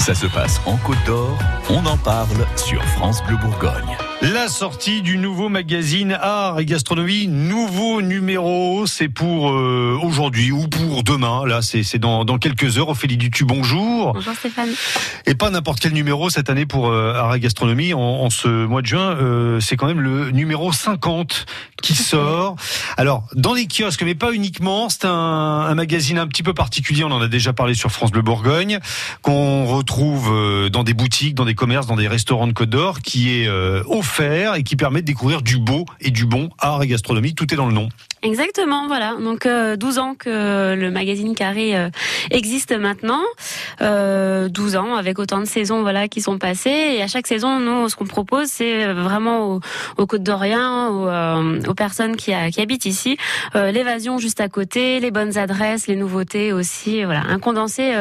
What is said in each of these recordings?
Ça se passe en Côte d'Or, on en parle sur France Bleu Bourgogne. La sortie du nouveau magazine Art et Gastronomie, nouveau numéro, c'est pour aujourd'hui ou pour demain. Là, c'est dans quelques heures. Ophélie Dutu, bonjour. Bonjour Stéphane. Et pas n'importe quel numéro cette année pour Art et Gastronomie. En ce mois de juin, c'est quand même le numéro 50 qui sort. Alors, dans les kiosques, mais pas uniquement. C'est un magazine un petit peu particulier. On en a déjà parlé sur France Bleu Bourgogne, qu'on retrouve dans des boutiques, dans des commerces, dans des restaurants de Côte d'Or, qui est offert et qui permet de découvrir du beau et du bon art et gastronomie. Tout est dans le nom. Exactement, voilà. Donc 12 ans que le magazine Carré existe maintenant. 12 ans avec autant de saisons qui sont passées. Et à chaque saison, nous, ce qu'on propose, c'est vraiment aux Côte d'Oriens, aux personnes qui habitent ici, l'évasion juste à côté, les bonnes adresses, les nouveautés aussi. Voilà, un condensé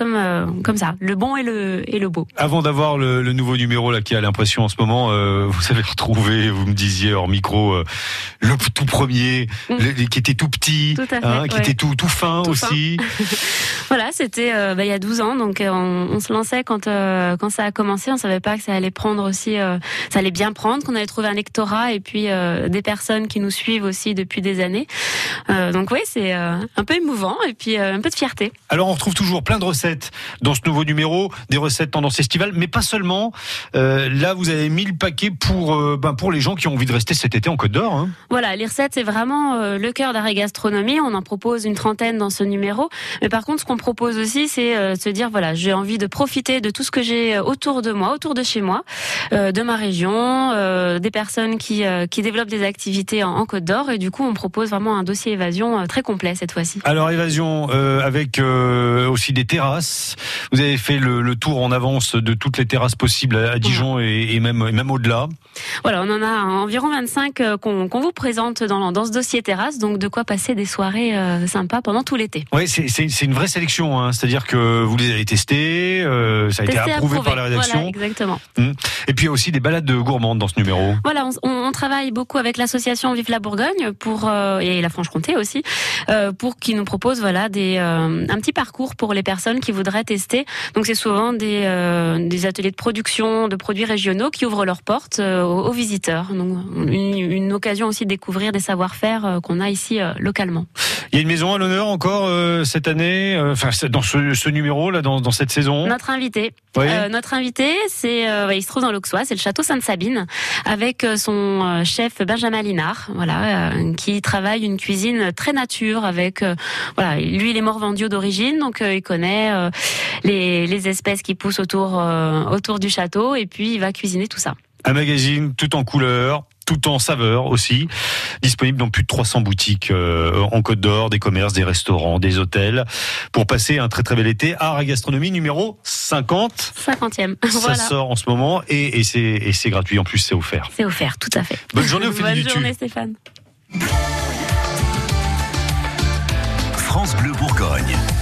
comme ça, le bon et le beau. Avant d'avoir le nouveau numéro là qui a l'impression en ce moment, vous avez retrouvé, vous me disiez hors micro, le tout premier. Qui était tout petit, qui était tout fin tout aussi. Fin. Voilà, c'était il y a 12 ans, donc on se lançait quand ça a commencé. On savait pas que ça allait prendre aussi, ça allait bien prendre, qu'on allait trouver un lectorat et puis des personnes qui nous suivent aussi depuis des années. Donc oui, c'est un peu émouvant et puis un peu de fierté. Alors on retrouve toujours plein de recettes dans ce nouveau numéro, des recettes tendance estivale, mais pas seulement. Là, vous avez mis le paquet pour les gens qui ont envie de rester cet été en Côte d'Or. Hein. Voilà, les recettes, c'est vraiment le cœur d'Art et Gastronomie. On en propose une trentaine dans ce numéro. Mais par contre, ce qu'on propose aussi, c'est se dire, voilà, j'ai envie de profiter de tout ce que j'ai autour de moi, autour de chez moi, de ma région, des personnes qui développent des activités en Côte d'Or. Et du coup, on propose vraiment un dossier évasion très complet cette fois-ci. Alors, évasion avec aussi des terrasses. Vous avez fait le tour en avance de toutes les terrasses possibles à Dijon et même au-delà. Voilà, on en a environ 25 qu'on vous présente dans ce dossier terrasse, donc de quoi passer des soirées sympas pendant tout l'été. Oui, c'est une vraie sélection, hein. C'est-à-dire que vous les avez testés, ça a été approuvé par la rédaction. Voilà, exactement. Et puis il y a aussi des balades gourmandes dans ce numéro. Voilà, on travaille beaucoup avec l'association Vive la Bourgogne et la Franche-Comté aussi, pour qu'ils nous proposent un petit parcours pour les personnes qui voudraient tester. Donc c'est souvent des ateliers de production de produits régionaux qui ouvrent leurs portes aux visiteurs. Donc une occasion aussi de découvrir des savoir-faire qu'on a ici localement. Il y a une maison à l'honneur encore cette année, dans ce numéro là, dans cette saison. Notre invité, c'est il se trouve dans l'Auxois, c'est le château Sainte-Sabine, avec son chef Benjamin Linard, qui travaille une cuisine très nature avec lui il est Morvandiau d'origine, donc il connaît les espèces qui poussent autour du château et puis il va cuisiner tout ça. Un magazine tout en couleurs, tout en saveur aussi, disponible dans plus de 300 boutiques en Côte d'Or, des commerces, des restaurants, des hôtels, pour passer un très très bel été. Art et Gastronomie numéro 50. 50e. Ça sort en ce moment et c'est gratuit, en plus c'est offert. C'est offert, tout à fait. Bonne journée Ophélie Dutu. Bonne journée Stéphane. France Bleu Bourgogne.